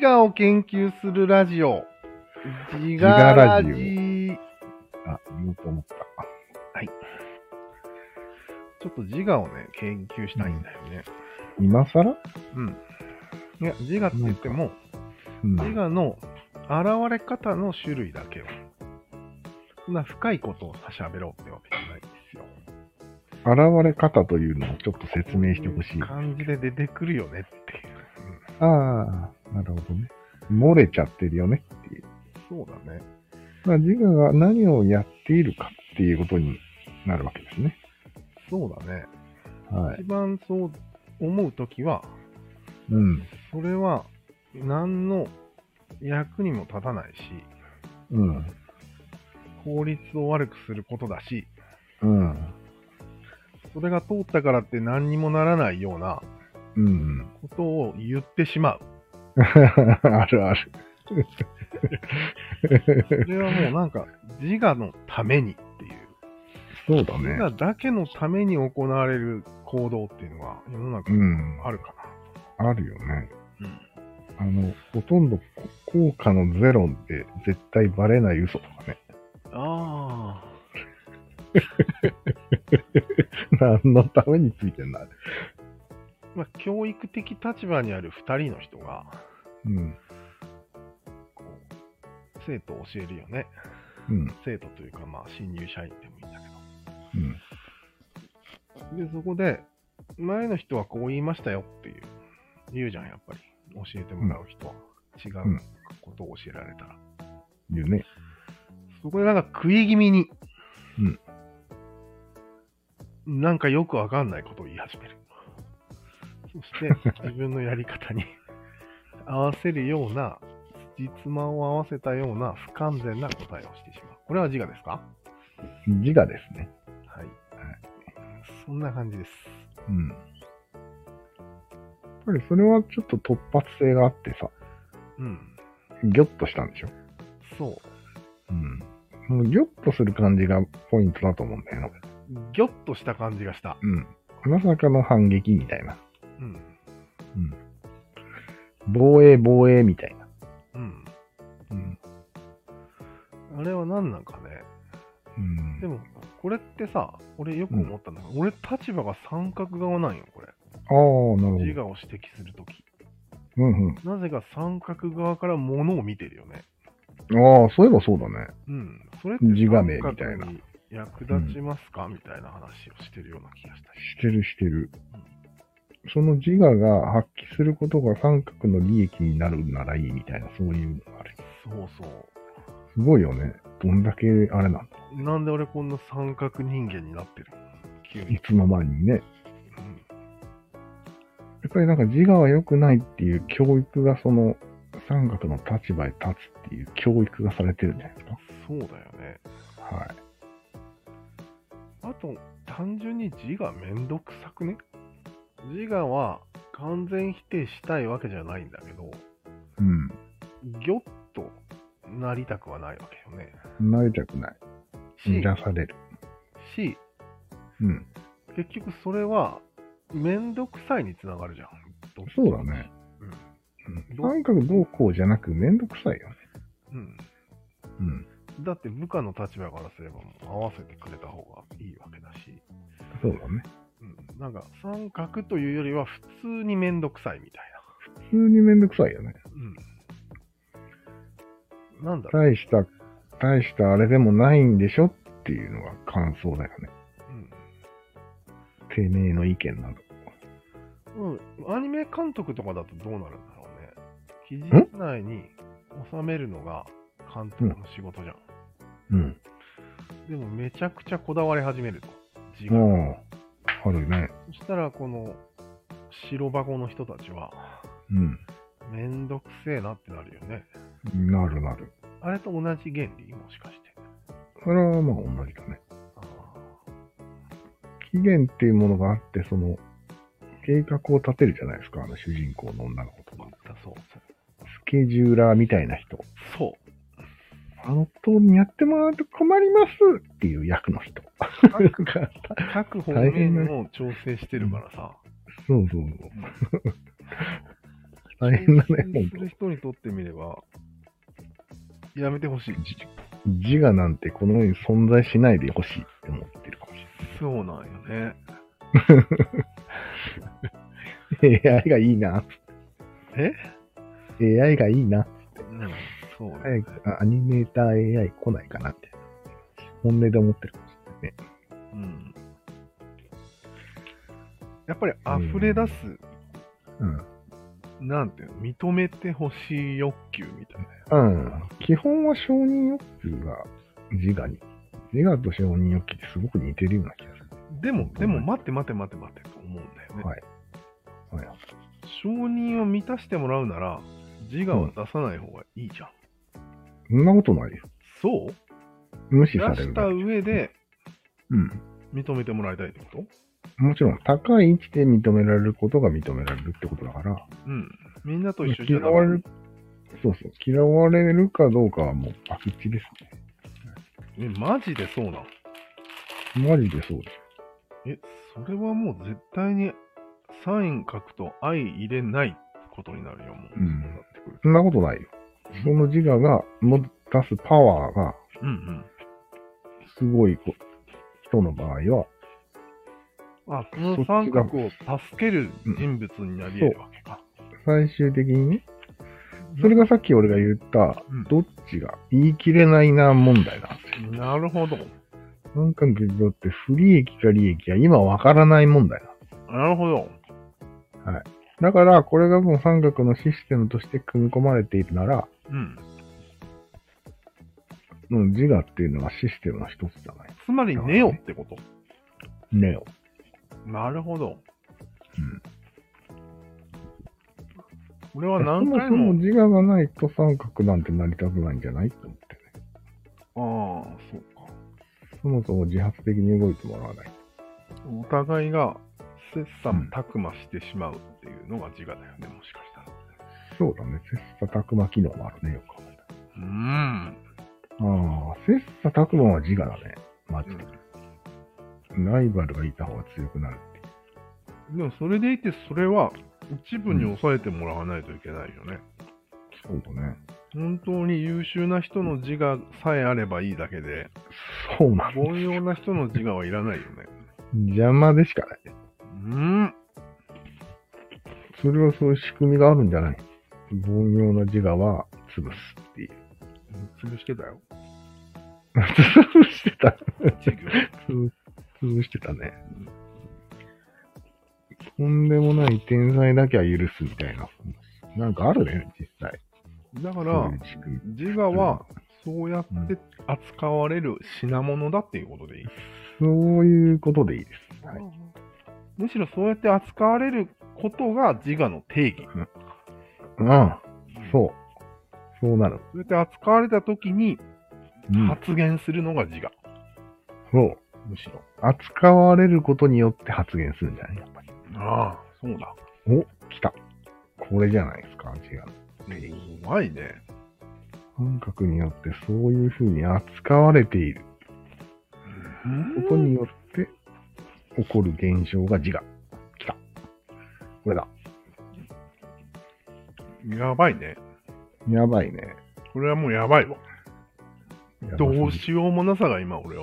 我を研究するラジオ。自我ラジ。 あ、言おうと思った。 はい。ちょっと自我をね、研究したいんだよね。 今更？ うん。いや、自我って言っても、自我の現れ方の種類だけを。そんな深いことを喋ろうってわけじゃないんですよ。 現れ方というのをちょっと説明してほしい。 感じで出てくるよねっていう。 ああ、なるほどね。漏れちゃってるよねっていう。 そうだね。 まあ、自我が何をやっているかっていうことになるわけですね。 そうだね。 はい。 一番そう思うときは、 うん。 それは何の役にも立たないし、 うん。 効率を悪くすることだし、 うん。 それが通ったからって何にもならないようなうん。 ことを言ってしまう。 あるある。 それはもうなんか自我のためにっていう。 そうだね。 自我だけのために行われる行動っていうのが世の中にあるかあるよね。 な。うん。 ほとんど効果のゼロで絶対バレない嘘とかね。 ああ。 何のためについてんだ。 まあ、教育的立場にある2人の人が、 うん。 こう生徒を教えるよね。 うん。 生徒というか、まあ、新入社員でもいいんだけうん。 ど。で、そこで、前の人はこう言いましたよっていう、言うじゃん、やっぱり。教えてもらう人は。違うことを教えられたら。 言うね。 そこでなんか食い気味に、 うん。 なんかよくわかんないことを言い始める。そして自分のやり方に合わせるような、実間を合わせたような不完全な答えをしてしまう。これは自我ですか？ 自我ですね。 はい。そんな感じです。 うん。やっぱりそれはちょっと突発性があってさ、 うん。 ギョッとしたんでしょ？ そう。 うん。そのギョッとする感じがポイントだと思うんだよね。 ギョッとした感じがした。 うん。まさかの反撃みたいな。 うん。 うん。防衛みたいな。 うん。 うん。 あれは何なんかね。 うん。 でも、これってさ、俺よく思ったんだけど、俺立場が三角側なんよ、これ。 ああ、なるほど。 自我を指摘するとき。 うんうん。 なぜか三角側から物を見てるよね。 ああ、そういえばそうだね。 うん。それって自我名みたいな。 三角に役立ちますか、みたいな話をしてるような気がしたり。 してる。その自我が発揮することが三角の利益になるならいいみたいな、そういうのがある。 そうそう。 すごいよね。どんだけあれなんだ。 なんで俺こんな三角人間になってるの？急に。 いつの間にね。 うん。 やっぱりなんか自我は良くないっていう教育がその三角の立場へ立つっていう教育がされてるんじゃないですか。 そうだよね。 はい。 あと、単純に自我めんどくさくね？自我は完全否定したいわけじゃないんだけど、 うん。 ギョッとなりたくはないわけよね。 なりたくない。乱される。 し、 うん。 結局それはめんどくさいにつながるじゃん。 そうだね。 うん。 三角どうこうじゃなくめんどくさいよね。 うん。 うん。 だって部下の立場からすればもう合わせてくれた方がいいわけだし。 そうだね。 うん。なんか三角というよりは普通にめんどくさいみたい普通にめんどくさいよね。 な。うん。なんだろう。 大したあれでもないんでしょっていうのが感想だよね。てめえの意見など。 うん。アニメ監督とかだとどうなるんだろうね。記事内に収めるのが監督の仕事じゃん。 うん。 でもめちゃくちゃこだわり始めると。自あ我。 あ、あるね。 そしたらこの白箱の人たちは、 うん。 めんどくせえなってなるよね。 なる。 あれと同じ原理もしかして。 それはまあ同じだね。期限っていうものがあって、その、計画を立てるじゃないですか、主人公の女の子とか。 そう。 スケジューラーみたいな人。 そう。 通りにやってもらうと困りますっていう役の人。 各方面を調整してるからさ。 そう。 大変だね、 すほんる人にとってみれば、やめてほしい。 と。自我なんてこの世に存在しないでほしいって思ってるかもしそうなんよね。 れない。AI がいいな。 え AI がいいな。 うん、そうね。 早くアニメーター AI 来ないかなって。本音で思ってるかもしれないね。 うん。やっぱり溢れ出す、 うん。 なんていうの、認めてほしい欲求みたいな。 うん。基本は承認欲求が自我に。自我と承認欲求ってすごく似てるような気がする。 でも、待ってと思うんだよね。 はい。はい。 承認を満たしてもらうなら、自我は出さない方がいいじゃん。 そんなことないよ。 そう無視出したされるだけ。 上でうん。 認めてもらいたいってこともちろん、高い位置で認められることが認められるってことだから、 うん。みんなと一緒じゃ嫌われるダメ。、 そうそう、嫌われるかどうかはもう空き地ですマジでそうなの？ ね。マジでそうです。 それはもう絶対にサイン書くと相入れないことになるよ、もう。 うんそうなってくる。 そんなことないよ。その自我が持たすパワーがうんすごい人の場合は、 うん。あ、その三角を助ける人物になり得るわけか。 最終的にね、それがさっき俺が言った、どっちが言い切れないな問題なんですよ。 なるほど。 三角にとって不利益か利益は今わからない問題なんなるほど。 だから、これがもう三角のシステムとして組み込まれているなら、 うん。 もう自我っていうのはシステムの一つじゃない。 つまりネオってこと。 ネオ。 なるほど。 うん。 俺は何そもそも回も。 自我がないと三角なんて成り立たないんじゃないと思ってね。 ああ、そうか。 そもそも自発的に動いてもらわない。 お互いが切磋琢磨してしまうっていうのが自我だよね、もしかしたら。 そうだね。切磋琢磨機能もあるね、よく考えたら。ああ、切磋琢磨は自我だね。マジで。ライバルがいた方が強くなるっていう。 でもそれでいて、それは一部に抑えてもらわないといけないよね。 そうだね。 本当に優秀な人の自我さえあればいいだけで、 そうなんだ。 凡庸な人の自我はいらないよね。 邪魔でしかない。それはそういう仕組みがあるんじゃない？凡庸な自我は潰すっていう。 潰してたよ。 潰してた。 授業。 潰してたね。とんでもない天才だけは許すみたいな。なんかあるね、実際。 だからそういう仕組み自我はそうやって扱われる品物だっていうことでいい。 そういうことでいいです。はい、 むしろそうやって扱われることが自我の定義。 そう。そうなる。 そうやって扱われたときにうん、 発言するのが自我。 そう。 むしろ。 扱われることによって発言するんじゃないやっぱり。 ああ、そうだ。 お、来た。これじゃないですか、自我の定義。 怖いね。 感覚によってそういう風に扱われていることによって起こる現象が自我。来た。これだ。 やばいね。 やばいね。 これはもうやばいわ。 やばすぎどうしようもなさが今俺は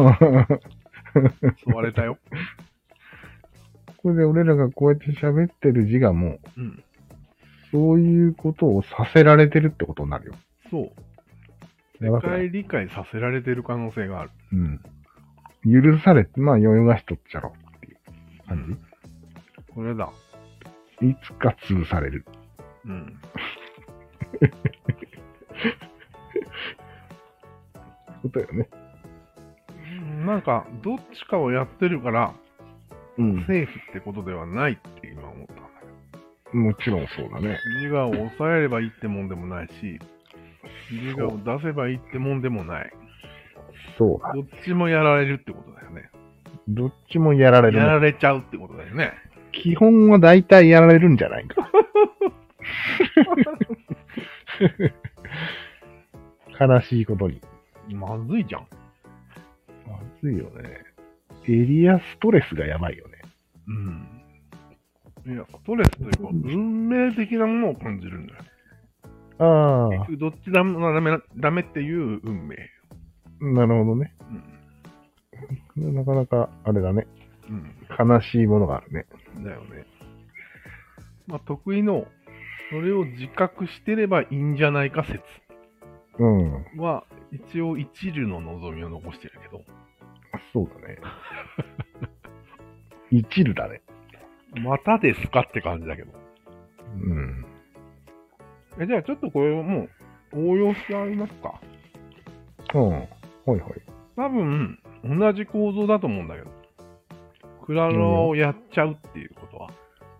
襲われたよ。 これで俺らがこうやって喋ってる自我も、 うん。 そういうことをさせられてるってことになるよ。 そう。 やばくない？ 世界理解させられてる可能性がある。 うん。許されて、まあ余裕がしとっちゃろっていう感これだ。 じ。いつか潰される。 うん。 ことよね。 なんか、どっちかをやってるから、 うん。 セーフってことではないって今思ったんだけもちろんそうだね。 ど。自我を抑えればいいってもんでもないし、自我を出せばいいってもんでもない。 そうだ。 どっちもやられるってことだよね。 どっちもやられるね。 やられちゃうってことだよね。 基本は大体やられるんじゃないか。悲しいことに。 まずいじゃん。 まずいよね。エリアストレスがやばいよね。 うん。 いや、ストレスというか、運命的なものを感じるんだよ。 ああ。 どっちだもダメっていう運命。 なるほどね。 うん。 なかなか、あれだね。 うん。 悲しいものがあるね。 だよね。まあ、得意の、それを自覚してればいいんじゃないか説は、一応一縷の望みを残してるけど。 そうだね。一縷だね。 またですかって感じだけど。じゃあちょっとこれをもう応用してありますか。 はいはい。 多分、同じ構造だと思うんだけど。クラロワをやっちゃうっていうことは。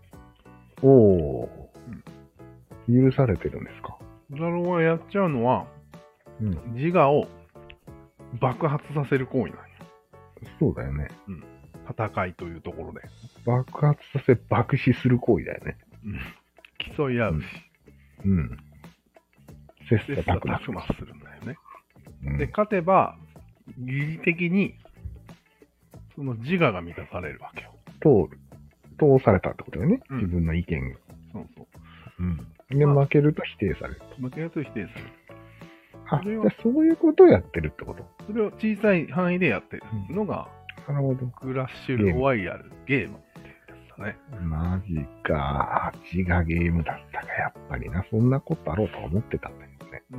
許されてるんですか。 クラロワやっちゃうのは、自我を爆発させる行為なんよ。 そうだよね。 戦いというところで。 爆発させ、爆死する行為だよね。 競い合うし。切磋琢磨するんだよね。で、勝てば、疑似的に、その自我が満たされるわけよ。 通されたってことだよね。自分の意見が。 そうそう。 で、負けると否定される。 負けると否定される。 じゃあそういうことをやってるってこと。 それを小さい範囲でやってるのが、 なるほど。 クラッシュロワイヤルゲームってやつだね。 マジか。自我ゲームだったか、やっぱりな。そんなことあろうとは思ってたんだけどね。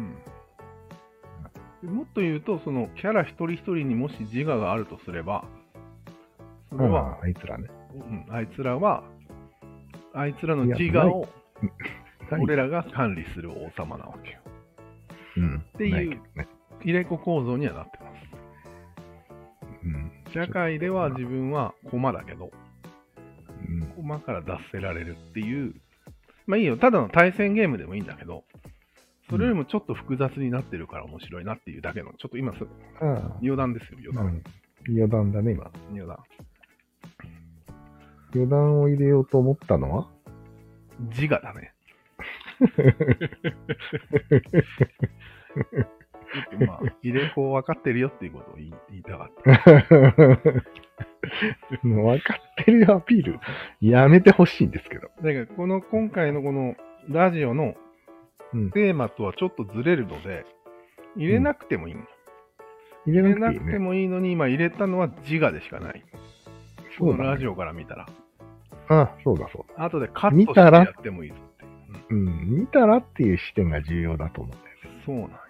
もっと言うと、そのキャラ一人一人にもし自我があるとすれば、それは、 あいつらね。 あいつらは、あいつらの自我を俺らが管理する王様なわけよ。っていう入れ子構造にはなってます。社会では自分は駒だけど、駒から脱せられるっていう、まあいいよ、ただの対戦ゲームでもいいんだけど、それよりもちょっと複雑になってるから面白いなっていうだけの、ちょっと今余談ですよ、余談。 余談だね、今。 余談。 余談を入れようと思ったのは自我だね。まあ、入れ子分かってるよっていうことを言いたかった。 分かってるよアピール。やめてほしいんですけど。 だから今回のこのラジオのテーマとはちょっとずれるので、入れなくてもいいの。入れなくてもいいのに、今入れたのは自我でしかない。このラジオから見たら。 そうだそうだ。 後でカットしてやってもいいぞって。 見たらっていう視点が重要だと思うんだよね。 そうなんよ。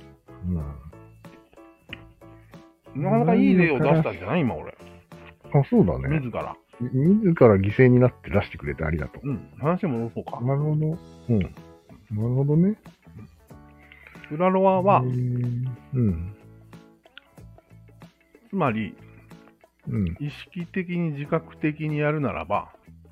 なかなかいい例を出したんじゃない今俺。 そうだね。 自ら犠牲になって出してくれてありがとう。 話戻そうか。 なるほど。なるほどね。 クラロワは、つまり、意識的に自覚的にやるならば、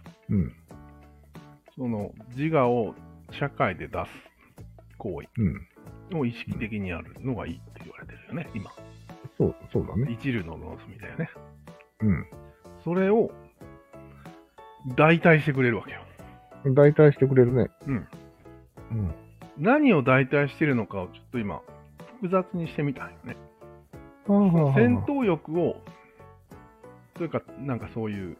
その自我を社会で出す行為を意識的にやるのがいいって言われてるよね、今。 そうだね。 一縷の望みだよね。それを代替してくれるわけよ。 代替してくれるね。 何を代替してるのかをちょっと今、複雑にしてみたんよね。戦闘欲を、というか、なんかそういう、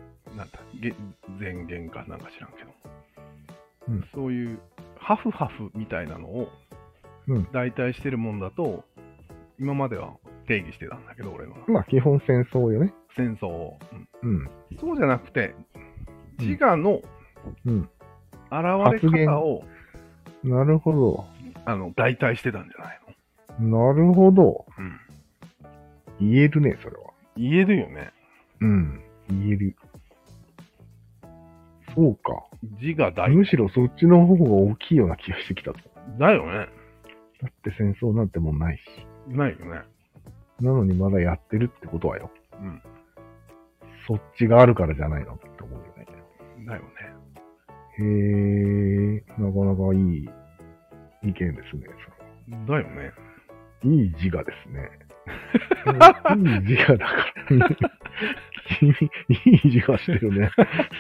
前言かなんか知らんけど、そういうハフハフみたいなのを代替してるもんだと、今までは定義してたんだけど、俺の。 まあ基本戦争よね。 戦争を。そうじゃなくて、自我の現れ方を、 なるほど。 代替してたんじゃないの？なるほど。言えるね、それは。 言えるよね。 言える。そうか。 自我代替。 むしろそっちの方が大きいような気がしてきたぞ。 だよね。 だって戦争なんてもうないし。 ないよね。 なのにまだやってるってことはよ。そっちがあるからじゃないのって思うよね。 だよね。 なかなかいい意見ですね。 だよね。 いい自我ですね。いい自我だから。君、いい自我してるね。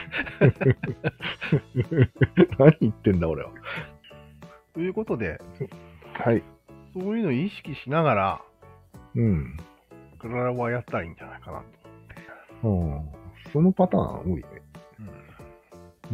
何言ってんだ、俺は。 ということで、 はい。 そういうのを意識しながら、クラロワやったらいいんじゃないかなと思って。 そのパターン多いね。 うん。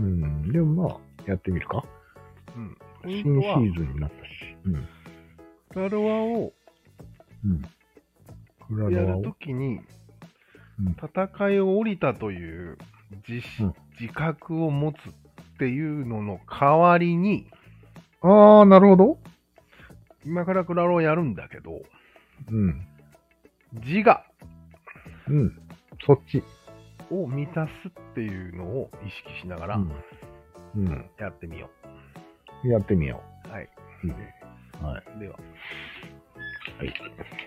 でもまあ、やってみるか。 うん。ポ新シイントは、 ーズンになったし。うん。 クラロワをうん。クラやるロワを。 ときに、 うん。 戦いを降りたといううん自覚を持つっていうのの代わりに、 ああ、なるほど。 今からクラロワやるんだけど、 うん。 自我うん。そっち。 を満たすっていうのを意識しながらうん。うん。 やってみよやってみよう。はい。 う。いいね。はい。 では。 はい。